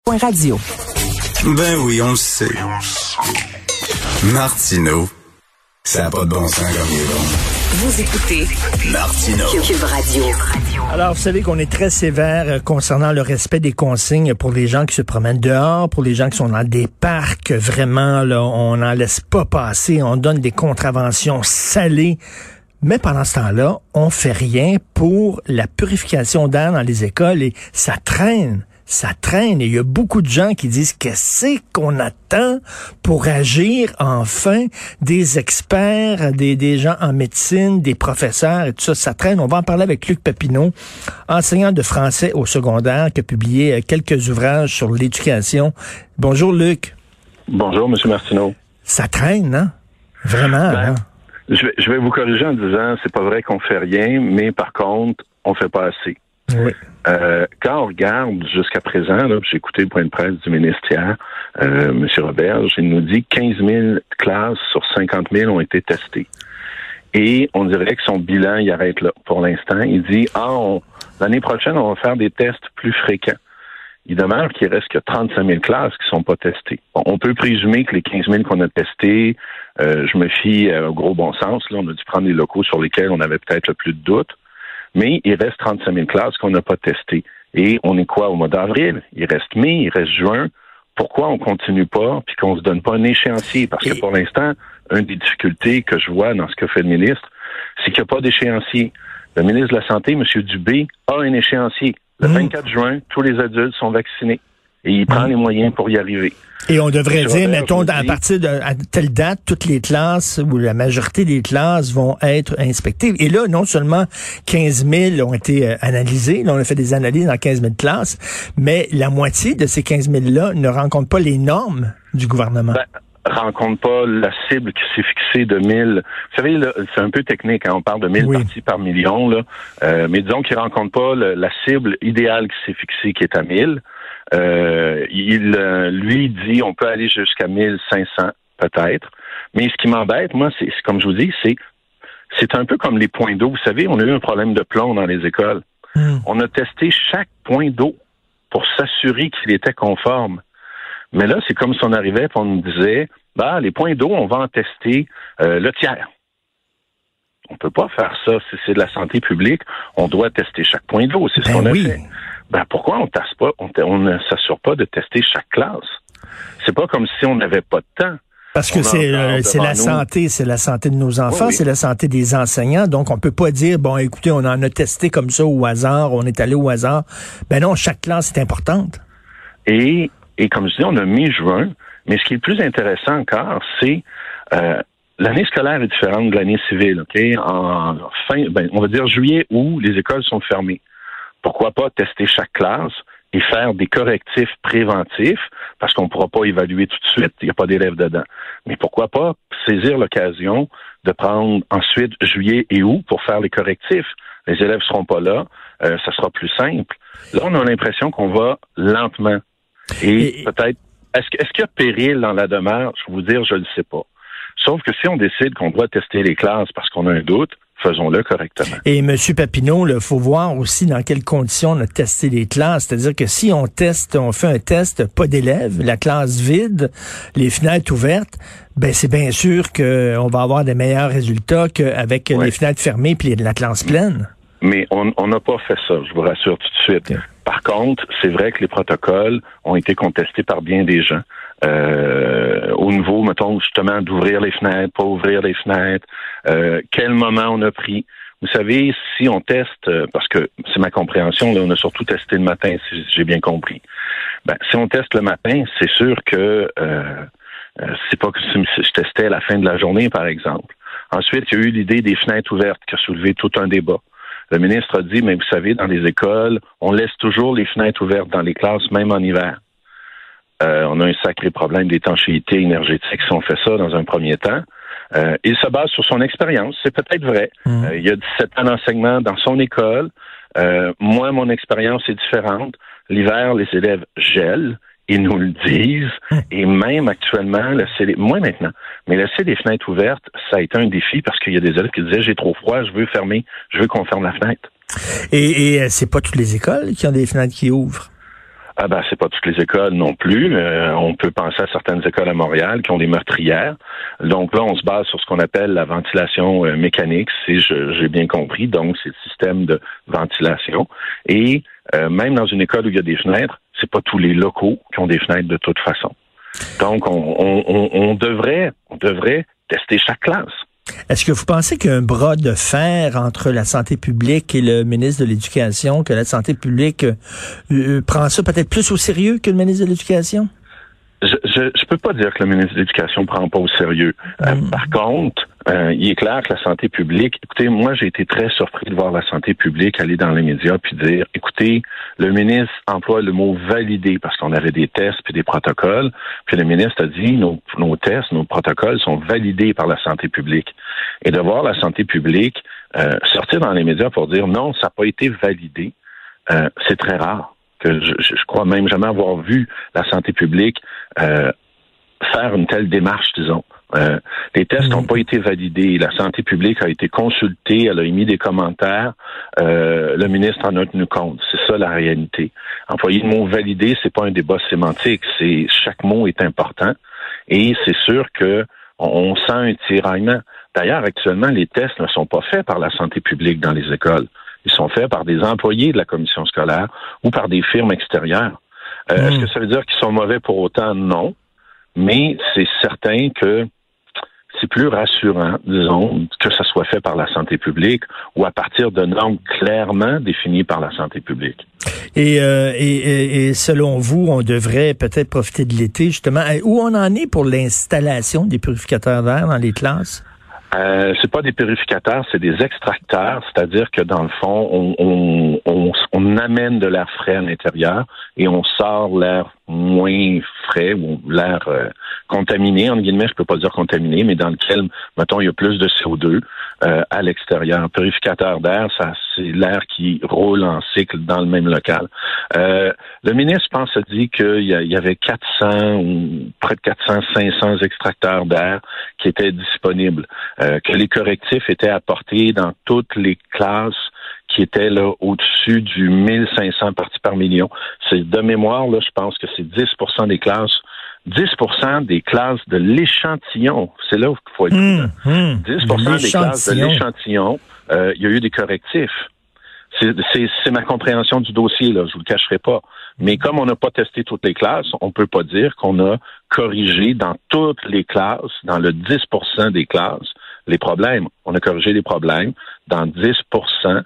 Radio. Ben oui, on le sait. Martineau, ça n'a pas de bon sens comme il est bon. Vous écoutez Martineau. Cube Radio. Alors, vous savez qu'on est très sévère concernant le respect des consignes pour les gens qui se promènent dehors, pour les gens qui sont dans des parcs. Vraiment, là, on n'en laisse pas passer. On donne des contraventions salées. Mais pendant ce temps-là, on fait rien pour la purification d'air dans les écoles et ça traîne. Ça traîne et il y a beaucoup de gens qui disent qu'est-ce qu'on attend pour agir enfin, des experts, des gens en médecine, des professeurs et tout ça, ça traîne. On va en parler avec Luc Papineau, enseignant de français au secondaire qui a publié quelques ouvrages sur l'éducation. Bonjour Luc. Bonjour M. Martineau. Ça traîne, hein? Vraiment, hein? Je vais vous corriger en disant c'est pas vrai qu'on fait rien, mais par contre, on fait pas assez. Oui. Quand on regarde jusqu'à présent, là, j'ai écouté le point de presse du ministère, M. Roberge, il nous dit 15 000 classes sur 50 000 ont été testées. Et on dirait que son bilan, il arrête là pour l'instant. Il dit, l'année prochaine, on va faire des tests plus fréquents. Il demeure qu'il reste que 35 000 classes qui sont pas testées. Bon, on peut présumer que les 15 000 qu'on a testés, je me fie au gros bon sens, là, on a dû prendre les locaux sur lesquels on avait peut-être le plus de doutes. Mais il reste 35 000 classes qu'on n'a pas testées. Et on est quoi au mois d'avril? Il reste mai, il reste juin. Pourquoi on continue pas puis qu'on se donne pas un échéancier? Parce que pour l'instant, une des difficultés que je vois dans ce que fait le ministre, c'est qu'il n'y a pas d'échéancier. Le ministre de la Santé, M. Dubé, a un échéancier. Le 24 juin, tous les adultes sont vaccinés. Et il prend les moyens pour y arriver. Et on devrait dire, mettons, à partir de telle date, toutes les classes ou la majorité des classes vont être inspectées. Et là, non seulement 15 000 ont été analysés, là, on a fait des analyses dans 15 000 classes, mais la moitié de ces 15 000-là ne rencontrent pas les normes du gouvernement. Rencontre pas la cible qui s'est fixée de 1000. Vous savez, là, c'est un peu technique, hein, on parle de 1000 parties par million, là. Mais disons qu'il rencontre pas la cible idéale qui s'est fixée, qui est à 1000. Lui dit on peut aller jusqu'à 1500 peut-être. Mais ce qui m'embête, moi, c'est comme je vous dis, c'est un peu comme les points d'eau. Vous savez, on a eu un problème de plomb dans les écoles. On a testé chaque point d'eau pour s'assurer qu'il était conforme. Mais là, c'est comme si on arrivait et on nous disait, les points d'eau, on va en tester le tiers. On peut pas faire ça. Si c'est de la santé publique, on doit tester chaque point d'eau. C'est ce qu'on a fait. Pourquoi on teste pas, on ne s'assure pas de tester chaque classe? C'est pas comme si on n'avait pas de temps. Parce que c'est la santé, c'est la santé de nos enfants, c'est la santé des enseignants. Donc, on peut pas dire, écoutez, on en a testé comme ça au hasard, on est allé au hasard. Non, chaque classe est importante. Et comme je dis, on a mi-juin, mais ce qui est le plus intéressant encore, c'est l'année scolaire est différente de l'année civile, OK? En fin, on va dire juillet, août, les écoles sont fermées. Pourquoi pas tester chaque classe et faire des correctifs préventifs, parce qu'on ne pourra pas évaluer tout de suite, il n'y a pas d'élèves dedans. Mais pourquoi pas saisir l'occasion de prendre ensuite juillet et août pour faire les correctifs? Les élèves ne seront pas là, ça sera plus simple. Là, on a l'impression qu'on va lentement. Et peut-être, est-ce qu'il y a péril dans la demeure? Je vais vous dire, je ne le sais pas. Sauf que si on décide qu'on doit tester les classes parce qu'on a un doute, faisons-le correctement. Et M. Papineau, il faut voir aussi dans quelles conditions on a testé les classes. C'est-à-dire que si on fait un test, pas d'élèves, la classe vide, les fenêtres ouvertes, c'est bien sûr qu'on va avoir des meilleurs résultats qu'avec les fenêtres fermées puis la classe pleine. Mais on n'a pas fait ça, je vous rassure tout de suite. Okay. Par contre, c'est vrai que les protocoles ont été contestés par bien des gens. Au niveau, mettons, justement, d'ouvrir les fenêtres, pas ouvrir les fenêtres, quel moment on a pris. Vous savez, si on teste, parce que c'est ma compréhension, là, on a surtout testé le matin, si j'ai bien compris. Si on teste le matin, c'est sûr que c'est pas que je testais à la fin de la journée, par exemple. Ensuite, il y a eu l'idée des fenêtres ouvertes qui a soulevé tout un débat. Le ministre a dit, mais vous savez, dans les écoles, on laisse toujours les fenêtres ouvertes dans les classes, même en hiver. On a un sacré problème d'étanchéité énergétique si on fait ça dans un premier temps. Il se base sur son expérience, c'est peut-être vrai. Il y a 17 ans d'enseignement dans son école. Moi, mon expérience est différente. L'hiver, les élèves gèlent. Ils nous le disent. Et même actuellement, moins maintenant, mais laisser des fenêtres ouvertes, ça a été un défi parce qu'il y a des élèves qui disaient j'ai trop froid, je veux qu'on ferme la fenêtre. Et c'est pas toutes les écoles qui ont des fenêtres qui ouvrent. Ah ben, c'est pas toutes les écoles non plus. On peut penser à certaines écoles à Montréal qui ont des meurtrières. Donc là, on se base sur ce qu'on appelle la ventilation mécanique, si j'ai bien compris. Donc, c'est le système de ventilation. Et même dans une école où il y a des fenêtres, c'est pas tous les locaux qui ont des fenêtres de toute façon. Donc, on devrait tester chaque classe. Est-ce que vous pensez qu'il y a un bras de fer entre la santé publique et le ministre de l'Éducation, que la santé publique prend ça peut-être plus au sérieux que le ministre de l'Éducation? Je peux pas dire que le ministre de l'Éducation prend pas au sérieux. Par contre, il est clair que la santé publique, écoutez, moi j'ai été très surpris de voir la santé publique aller dans les médias puis dire, écoutez, le ministre emploie le mot valider parce qu'on avait des tests puis des protocoles, puis le ministre a dit nos tests, nos protocoles sont validés par la santé publique. Et de voir la santé publique sortir dans les médias pour dire non, ça n'a pas été validé, c'est très rare. Que je crois même jamais avoir vu la santé publique faire une telle démarche, disons. Les tests n'ont pas été validés. La santé publique a été consultée, elle a émis des commentaires. Le ministre en a tenu compte. C'est ça la réalité. Employer le mot valider, c'est pas un débat sémantique. C'est chaque mot est important. Et c'est sûr que on sent un tiraillement. D'ailleurs, actuellement, les tests ne sont pas faits par la santé publique dans les écoles. Ils sont faits par des employés de la commission scolaire ou par des firmes extérieures. Est-ce que ça veut dire qu'ils sont mauvais pour autant? Non. Mais c'est certain que c'est plus rassurant, disons, que ça soit fait par la santé publique ou à partir de normes clairement définies par la santé publique. Et selon vous, on devrait peut-être profiter de l'été, justement. Où on en est pour l'installation des purificateurs d'air dans les classes? C'est pas des purificateurs, c'est des extracteurs, c'est-à-dire que dans le fond, on amène de l'air frais à l'intérieur et on sort l'air moins frais ou l'air contaminé, entre guillemets, je peux pas dire contaminé, mais dans lequel, mettons, il y a plus de CO2 à l'extérieur. Un purificateur d'air, ça, c'est l'air qui roule en cycle dans le même local. Le ministre, je pense, a dit qu'il y avait 400 ou près de 500 extracteurs d'air qui étaient disponibles, que les correctifs étaient apportés dans toutes les classes qui étaient là au-dessus du 1500 parties par million. C'est de mémoire, là, je pense que c'est 10% des classes. 10% des classes de l'échantillon, c'est là où il faut être 10% des classes de l'échantillon, il y a eu des correctifs. C'est ma compréhension du dossier, là, je vous le cacherai pas. Mais comme on n'a pas testé toutes les classes, on peut pas dire qu'on a corrigé dans toutes les classes, dans le 10% des classes, les problèmes. On a corrigé les problèmes dans 10%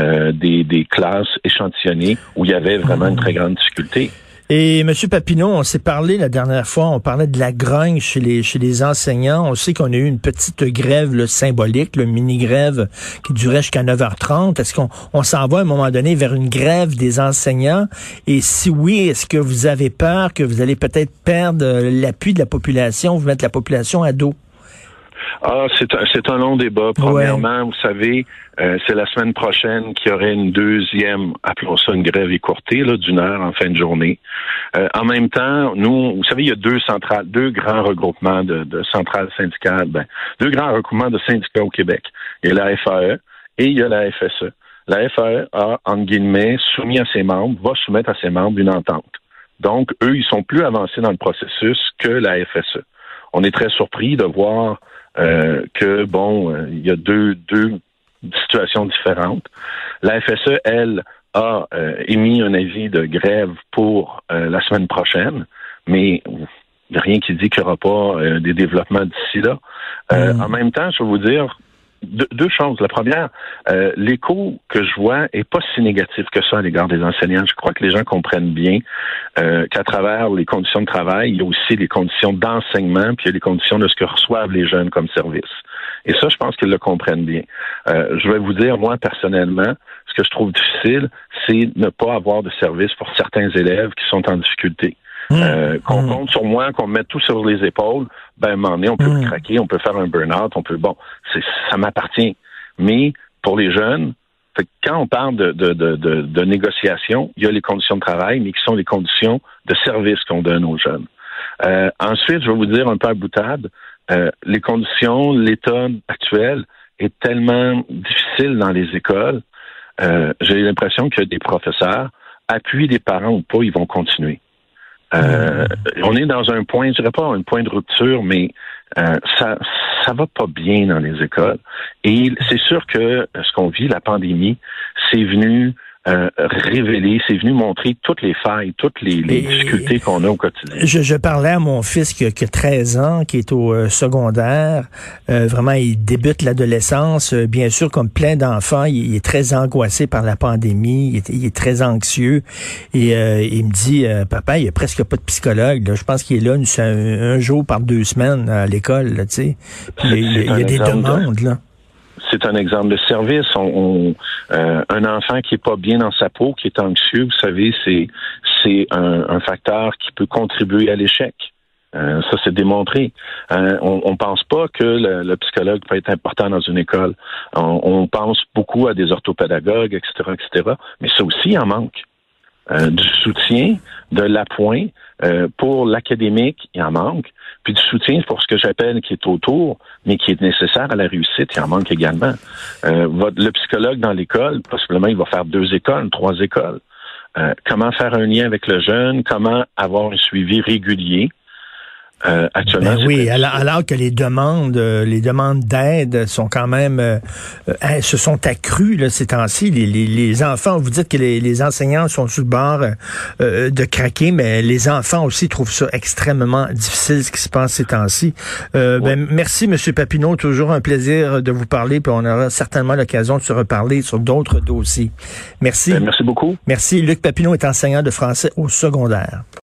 des classes échantillonnées où il y avait vraiment une très grande difficulté. Et M. Papineau, on s'est parlé la dernière fois, on parlait de la grogne chez les enseignants. On sait qu'on a eu une petite grève là, symbolique, le mini-grève qui durait jusqu'à 9h30. Est-ce qu'on s'en va à un moment donné vers une grève des enseignants? Et si oui, est-ce que vous avez peur que vous allez peut-être perdre l'appui de la population, vous mettre la population à dos? Ah, c'est un long débat. Premièrement, Vous savez, c'est la semaine prochaine qu'il y aurait une deuxième, appelons ça une grève écourtée, là, d'1 heure en fin de journée. En même temps, nous, vous savez, il y a deux grands regroupements de centrales syndicales, deux grands regroupements de syndicats au Québec. Il y a la FAE et il y a la FSE. La FAE a, entre guillemets, va soumettre à ses membres une entente. Donc, eux, ils sont plus avancés dans le processus que la FSE. On est très surpris de voir que, il y a deux situations différentes. La FSE, elle, a émis un avis de grève pour la semaine prochaine, mais il n'y a rien qui dit qu'il n'y aura pas des développements d'ici là. En même temps, je vais vous dire deux choses. La première, l'écho que je vois est pas si négatif que ça à l'égard des enseignants. Je crois que les gens comprennent bien qu'à travers les conditions de travail, il y a aussi les conditions d'enseignement, puis il y a les conditions de ce que reçoivent les jeunes comme service. Et ça, je pense qu'ils le comprennent bien. Je vais vous dire, moi, personnellement, ce que je trouve difficile, c'est ne pas avoir de service pour certains élèves qui sont en difficulté. Qu'on compte sur moi, qu'on mette tout sur les épaules, à un moment donné, on peut craquer, on peut faire un burn-out, ça m'appartient. Mais pour les jeunes, quand on parle de négociation, il y a les conditions de travail, mais qui sont les conditions de service qu'on donne aux jeunes. Ensuite, je vais vous dire un peu à boutade, les conditions, l'état actuel est tellement difficile dans les écoles. J'ai l'impression qu'il y a des professeurs appuient les parents ou pas, ils vont continuer. On est dans un point, je dirais pas un point de rupture, mais ça va pas bien dans les écoles. Et c'est sûr que ce qu'on vit, la pandémie, c'est venu révéler, c'est venu montrer toutes les failles, toutes les difficultés qu'on a au quotidien. Je parlais à mon fils qui a 13 ans, qui est au secondaire. Vraiment, il débute l'adolescence. Bien sûr, comme plein d'enfants, il est très angoissé par la pandémie. Il est très anxieux. Et il me dit, papa, il n'y a presque pas de psychologue. Là. Je pense qu'il est là un jour par 2 semaines à l'école. Là, tu sais. Il y a des demandes, là. C'est un exemple de service. Un enfant qui est pas bien dans sa peau, qui est anxieux, vous savez, c'est un facteur qui peut contribuer à l'échec. Ça, c'est démontré. On pense pas que le psychologue peut être important dans une école. On pense beaucoup à des orthopédagogues, etc., etc. Mais ça aussi, il en manque. Du soutien, de l'appoint pour l'académique, il en manque. Puis du soutien pour ce que j'appelle qui est autour, mais qui est nécessaire à la réussite, il en manque également. Le psychologue dans l'école, possiblement, il va faire 2 écoles, 3 écoles. Comment faire un lien avec le jeune? Comment avoir un suivi régulier? Actuellement, oui, alors que les demandes d'aide sont quand même se sont accrues là, ces temps-ci. Les enfants, vous dites que les enseignants sont sur le bord de craquer, mais les enfants aussi trouvent ça extrêmement difficile ce qui se passe ces temps-ci. Merci, M. Papineau, toujours un plaisir de vous parler, puis on aura certainement l'occasion de se reparler sur d'autres dossiers. Merci. Merci beaucoup. Merci. Luc Papineau est enseignant de français au secondaire.